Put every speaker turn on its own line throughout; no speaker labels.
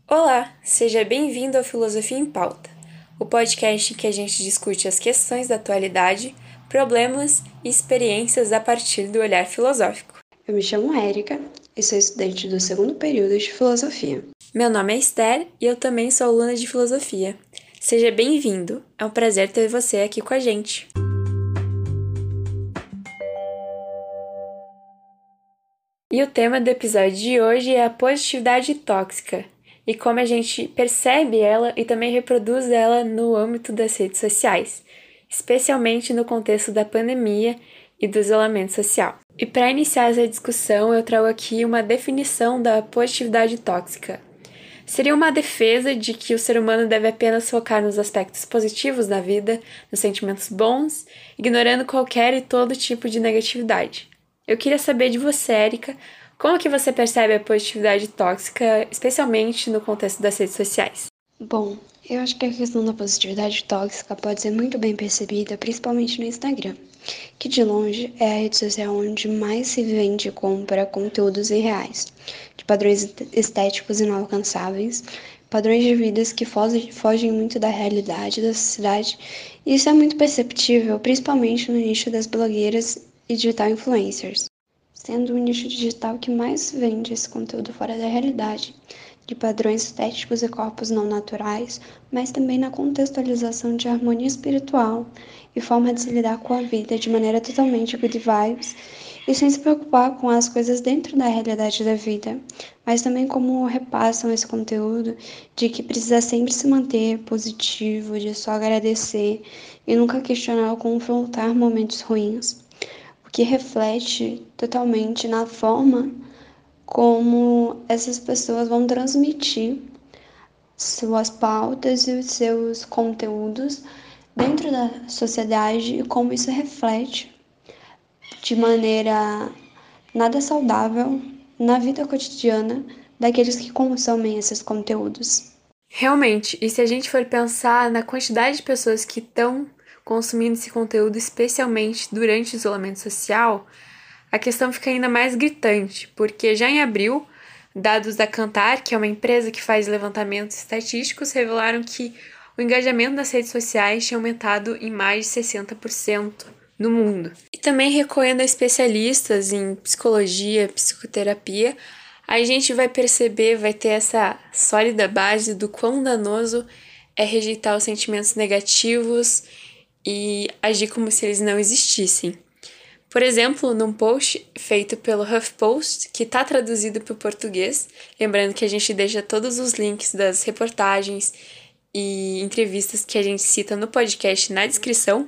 Olá, seja bem-vindo ao Filosofia em Pauta, o podcast em que a gente discute as questões da atualidade, problemas e experiências a partir do olhar filosófico.
Eu me chamo Érica e sou estudante do segundo período de Filosofia.
Meu nome é Esther e eu também sou aluna de Filosofia. Seja bem-vindo, é um prazer ter você aqui com a gente. E o tema do episódio de hoje é a positividade tóxica e como a gente percebe ela e também reproduz ela no âmbito das redes sociais, especialmente no contexto da pandemia e do isolamento social. E para iniciar essa discussão, eu trago aqui uma definição da positividade tóxica. Seria uma defesa de que o ser humano deve apenas focar nos aspectos positivos da vida, nos sentimentos bons, ignorando qualquer e todo tipo de negatividade. Eu queria saber de você, Érica, como que você percebe a positividade tóxica, especialmente no contexto das redes sociais?
Bom, eu acho que a questão da positividade tóxica pode ser muito bem percebida, principalmente no Instagram, que de longe é a rede social onde mais se vende e compra conteúdos irreais, de padrões estéticos inalcançáveis, padrões de vidas que fogem muito da realidade da sociedade, e isso é muito perceptível, principalmente no nicho das blogueiras e digital influencers, sendo o nicho digital que mais vende esse conteúdo fora da realidade, de padrões estéticos e corpos não naturais, mas também na contextualização de harmonia espiritual e forma de se lidar com a vida de maneira totalmente good vibes e sem se preocupar com as coisas dentro da realidade da vida, mas também como repassam esse conteúdo de que precisa sempre se manter positivo, de só agradecer e nunca questionar ou confrontar momentos ruins, o que reflete totalmente na forma como essas pessoas vão transmitir suas pautas e os seus conteúdos dentro da sociedade e como isso reflete de maneira nada saudável na vida cotidiana daqueles que consomem esses conteúdos.
Realmente, e se a gente for pensar na quantidade de pessoas que estão consumindo esse conteúdo, especialmente durante o isolamento social, a questão fica ainda mais gritante, porque já em abril, dados da Kantar, que é uma empresa que faz levantamentos estatísticos, revelaram que o engajamento nas redes sociais tinha aumentado em mais de 60% no mundo. E também recorrendo a especialistas em psicologia, psicoterapia, a gente vai perceber, vai ter essa sólida base do quão danoso é rejeitar os sentimentos negativos e agir como se eles não existissem. Por exemplo, num post feito pelo HuffPost, que está traduzido para o português, lembrando que a gente deixa todos os links das reportagens e entrevistas que a gente cita no podcast na descrição,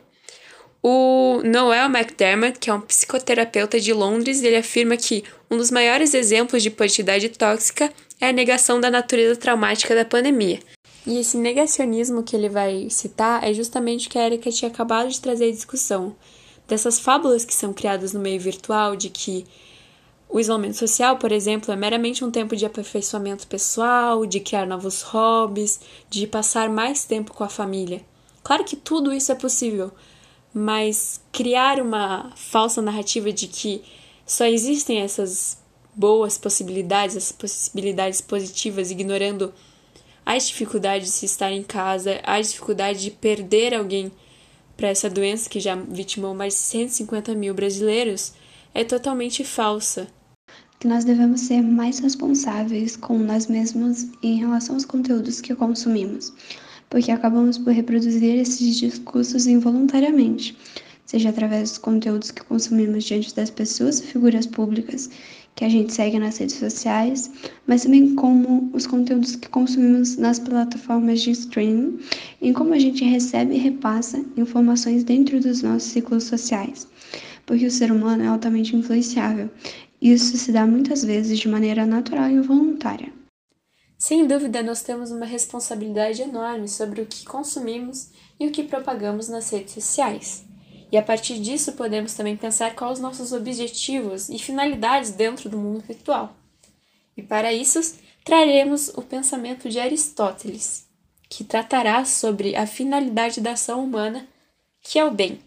o Noel McDermott, que é um psicoterapeuta de Londres, ele afirma que um dos maiores exemplos de positividade tóxica é a negação da natureza traumática da pandemia. E esse negacionismo que ele vai citar é justamente o que a Erika tinha acabado de trazer à discussão, dessas fábulas que são criadas no meio virtual, de que o isolamento social, por exemplo, é meramente um tempo de aperfeiçoamento pessoal, de criar novos hobbies, de passar mais tempo com a família. Claro que tudo isso é possível, mas criar uma falsa narrativa de que só existem essas boas possibilidades, essas possibilidades positivas, ignorando as dificuldades de se estar em casa, as dificuldades de perder alguém para essa doença que já vitimou mais de 150 mil brasileiros, é totalmente falsa.
Que nós devemos ser mais responsáveis com nós mesmos em relação aos conteúdos que consumimos, porque acabamos por reproduzir esses discursos involuntariamente, seja através dos conteúdos que consumimos diante das pessoas e figuras públicas que a gente segue nas redes sociais, mas também como os conteúdos que consumimos nas plataformas de streaming, em como a gente recebe e repassa informações dentro dos nossos ciclos sociais, porque o ser humano é altamente influenciável. Isso se dá muitas vezes de maneira natural e involuntária.
Sem dúvida, nós temos uma responsabilidade enorme sobre o que consumimos e o que propagamos nas redes sociais. E a partir disso podemos também pensar quais os nossos objetivos e finalidades dentro do mundo virtual. E para isso, traremos o pensamento de Aristóteles, que tratará sobre a finalidade da ação humana, que é o bem.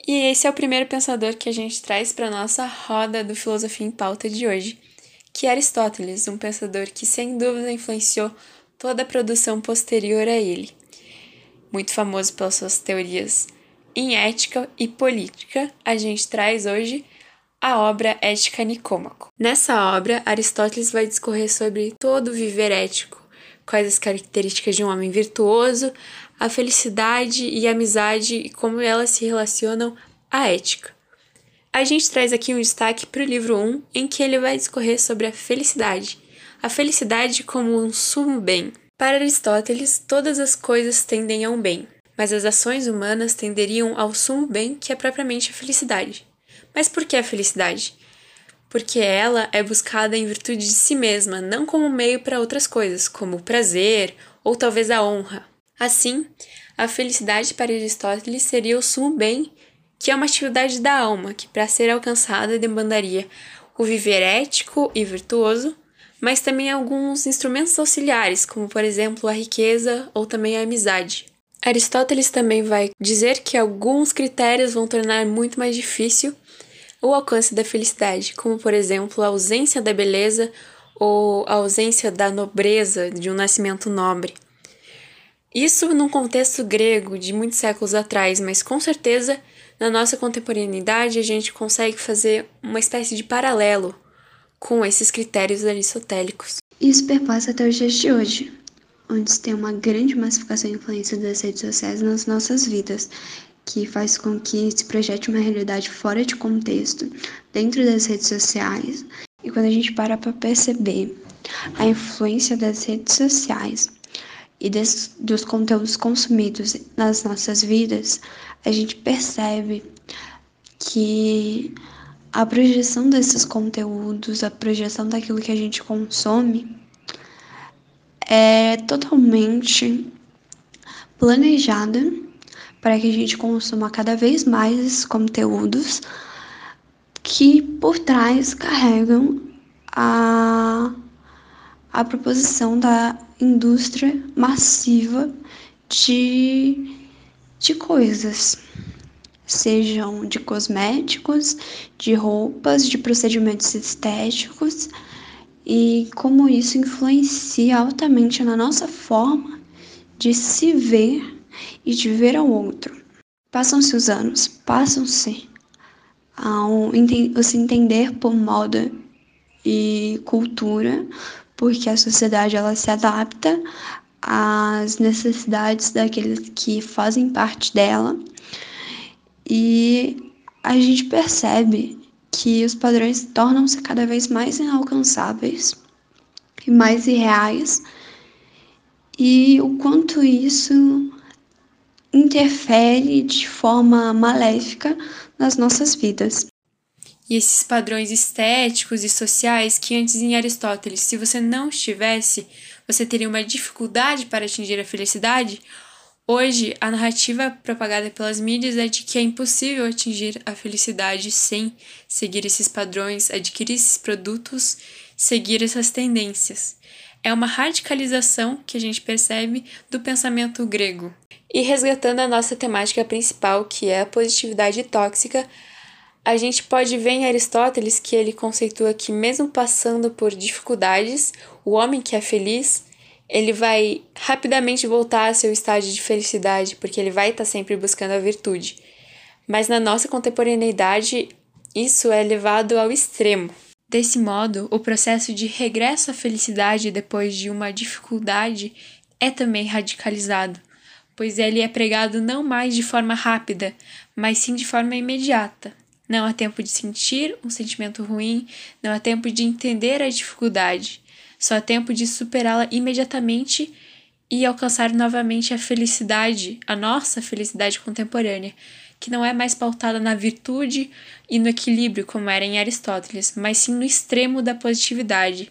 E esse é o primeiro pensador que a gente traz para a nossa roda do Filosofia em Pauta de hoje, que é Aristóteles, um pensador que sem dúvida influenciou toda a produção posterior a ele. Muito famoso pelas suas teorias em ética e política, a gente traz hoje a obra Ética Nicômaco. Nessa obra, Aristóteles vai discorrer sobre todo o viver ético, quais as características de um homem virtuoso, a felicidade e a amizade e como elas se relacionam à ética. A gente traz aqui um destaque para o livro 1, em que ele vai discorrer sobre a felicidade como um sumo bem. Para Aristóteles, todas as coisas tendem a um bem, mas as ações humanas tenderiam ao sumo bem, que é propriamente a felicidade. Mas por que a felicidade? Porque ela é buscada em virtude de si mesma, não como meio para outras coisas, como o prazer ou talvez a honra. Assim, a felicidade para Aristóteles seria o sumo bem, que é uma atividade da alma, que para ser alcançada demandaria o viver ético e virtuoso, mas também alguns instrumentos auxiliares, como por exemplo a riqueza ou também a amizade. Aristóteles também vai dizer que alguns critérios vão tornar muito mais difícil o alcance da felicidade, como por exemplo a ausência da beleza ou a ausência da nobreza de um nascimento nobre. Isso num contexto grego de muitos séculos atrás, mas com certeza na nossa contemporaneidade a gente consegue fazer uma espécie de paralelo com esses critérios aristotélicos.
Isso perpassa até os dias de hoje, onde se tem uma grande massificação e influência das redes sociais nas nossas vidas, que faz com que se projete uma realidade fora de contexto, dentro das redes sociais. E quando a gente para perceber a influência das redes sociais e dos conteúdos consumidos nas nossas vidas, a gente percebe que a projeção desses conteúdos, a projeção daquilo que a gente consome é totalmente planejada para que a gente consuma cada vez mais esses conteúdos que por trás carregam a proposição da indústria massiva de coisas, sejam de cosméticos, de roupas, de procedimentos estéticos, e como isso influencia altamente na nossa forma de se ver e de ver ao outro. Passam-se os anos, passam-se o se entender por moda e cultura, porque a sociedade ela se adapta às necessidades daqueles que fazem parte dela, e a gente percebe que os padrões tornam-se cada vez mais inalcançáveis e mais irreais, e o quanto isso interfere de forma maléfica nas nossas vidas.
E esses padrões estéticos e sociais que antes em Aristóteles, se você não estivesse, você teria uma dificuldade para atingir a felicidade, hoje a narrativa propagada pelas mídias é de que é impossível atingir a felicidade sem seguir esses padrões, adquirir esses produtos, seguir essas tendências. É uma radicalização que a gente percebe do pensamento grego. E resgatando a nossa temática principal, que é a positividade tóxica, a gente pode ver em Aristóteles que ele conceitua que mesmo passando por dificuldades, o homem que é feliz, ele vai rapidamente voltar ao seu estágio de felicidade, porque ele vai estar sempre buscando a virtude. Mas na nossa contemporaneidade, isso é levado ao extremo. Desse modo, o processo de regresso à felicidade depois de uma dificuldade é também radicalizado, pois ele é pregado não mais de forma rápida, mas sim de forma imediata. Não há tempo de sentir um sentimento ruim, não há tempo de entender a dificuldade, só há tempo de superá-la imediatamente e alcançar novamente a felicidade, a nossa felicidade contemporânea, que não é mais pautada na virtude e no equilíbrio como era em Aristóteles, mas sim no extremo da positividade.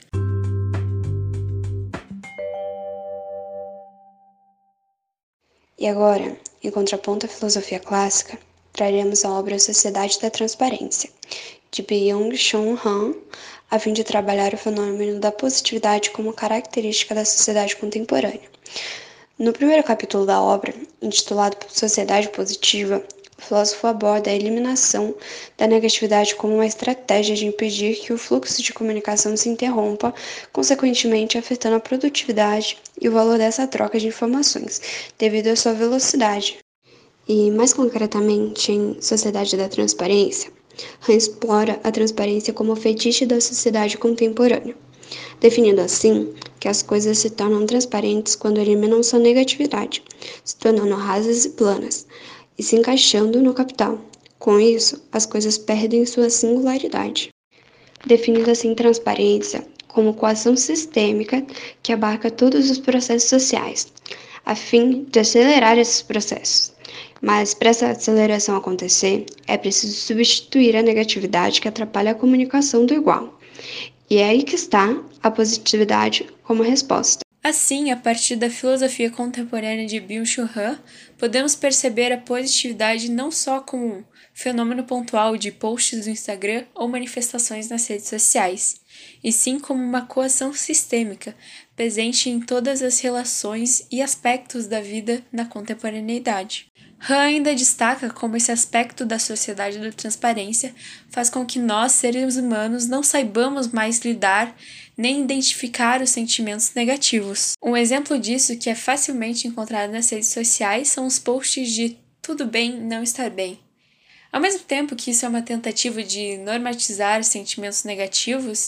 E agora, em contraponto à filosofia clássica, traremos a obra Sociedade da Transparência, de Byung-Chul Han, a fim de trabalhar o fenômeno da positividade como característica da sociedade contemporânea. No primeiro capítulo da obra, intitulado Sociedade Positiva, O filósofo aborda a eliminação da negatividade como uma estratégia de impedir que o fluxo de comunicação se interrompa, consequentemente afetando a produtividade e o valor dessa troca de informações, devido à sua velocidade. E, mais concretamente, em Sociedade da Transparência, Han explora a transparência como fetiche da sociedade contemporânea, definindo assim que as coisas se tornam transparentes quando eliminam sua negatividade, se tornando rasas e planas, e se encaixando no capital. Com isso, as coisas perdem sua singularidade. Definindo assim transparência como coação sistêmica que abarca todos os processos sociais, a fim de acelerar esses processos. Mas para essa aceleração acontecer, é preciso substituir a negatividade que atrapalha a comunicação do igual. E é aí que está a positividade como resposta.
Assim, a partir da filosofia contemporânea de Byung-Chul Han, podemos perceber a positividade não só como um fenômeno pontual de posts no Instagram ou manifestações nas redes sociais, e sim como uma coação sistêmica, presente em todas as relações e aspectos da vida na contemporaneidade. Han ainda destaca como esse aspecto da sociedade da transparência faz com que nós, seres humanos, não saibamos mais lidar nem identificar os sentimentos negativos. Um exemplo disso que é facilmente encontrado nas redes sociais são os posts de tudo bem não estar bem. Ao mesmo tempo que isso é uma tentativa de normatizar sentimentos negativos,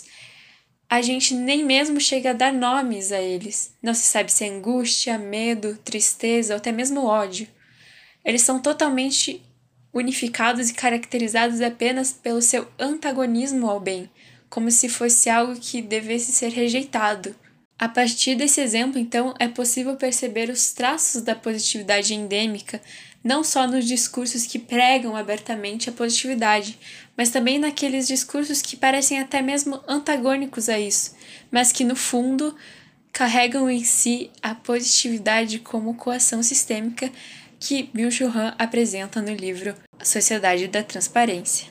a gente nem mesmo chega a dar nomes a eles. Não se sabe se é angústia, medo, tristeza ou até mesmo ódio. Eles são totalmente unificados e caracterizados apenas pelo seu antagonismo ao bem, como se fosse algo que devesse ser rejeitado. A partir desse exemplo, então, é possível perceber os traços da positividade endêmica, não só nos discursos que pregam abertamente a positividade, mas também naqueles discursos que parecem até mesmo antagônicos a isso, mas que, no fundo, carregam em si a positividade como coação sistêmica que Byung-Chul Han apresenta no livro A Sociedade da Transparência.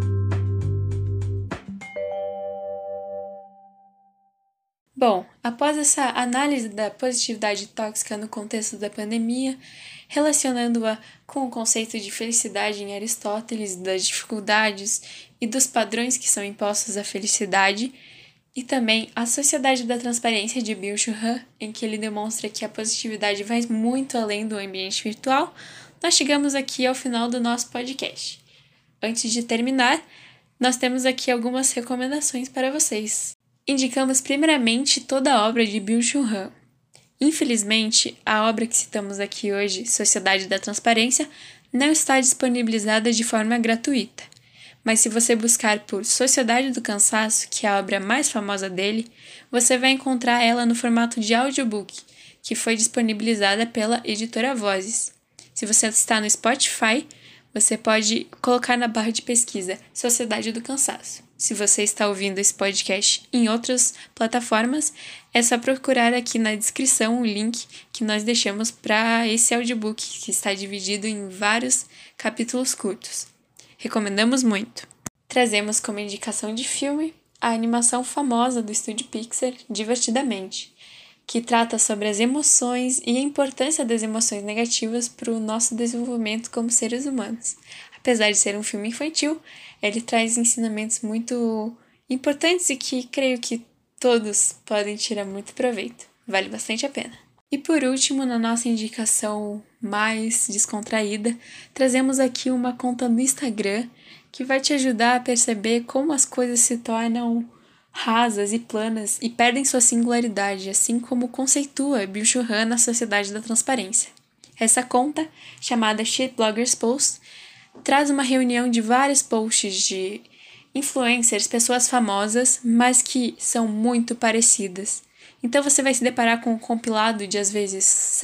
Bom, após essa análise da positividade tóxica no contexto da pandemia, relacionando-a com o conceito de felicidade em Aristóteles, das dificuldades e dos padrões que são impostos à felicidade, e também a Sociedade da Transparência de Byung-Chul Han, em que ele demonstra que a positividade vai muito além do ambiente virtual, nós chegamos aqui ao final do nosso podcast. Antes de terminar, nós temos aqui algumas recomendações para vocês. Indicamos primeiramente toda a obra de Byung-Chul Han. Infelizmente, a obra que citamos aqui hoje, Sociedade da Transparência, não está disponibilizada de forma gratuita. Mas se você buscar por Sociedade do Cansaço, que é a obra mais famosa dele, você vai encontrar ela no formato de audiobook, que foi disponibilizada pela editora Vozes. Se você está no Spotify, você pode colocar na barra de pesquisa Sociedade do Cansaço. Se você está ouvindo esse podcast em outras plataformas, é só procurar aqui na descrição o link que nós deixamos para esse audiobook, que está dividido em vários capítulos curtos. Recomendamos muito. Trazemos como indicação de filme a animação famosa do estúdio Pixar, Divertidamente, que trata sobre as emoções e a importância das emoções negativas para o nosso desenvolvimento como seres humanos. Apesar de ser um filme infantil, ele traz ensinamentos muito importantes e que creio que todos podem tirar muito proveito. Vale bastante a pena. E por último, na nossa indicação mais descontraída, trazemos aqui uma conta no Instagram que vai te ajudar a perceber como as coisas se tornam rasas e planas e perdem sua singularidade, assim como conceitua Byung-Chul Han na Sociedade da Transparência. Essa conta, chamada Shit Bloggers Post, traz uma reunião de vários posts de influencers, pessoas famosas, mas que são muito parecidas. Então você vai se deparar com um compilado de às vezes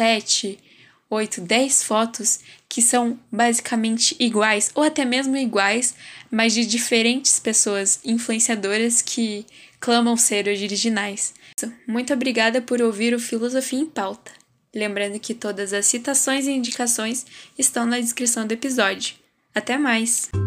7, 8, 10 fotos que são basicamente iguais, ou até mesmo iguais, mas de diferentes pessoas influenciadoras que clamam ser originais. Muito obrigada por ouvir o Filosofia em Pauta. Lembrando que todas as citações e indicações estão na descrição do episódio. Até mais!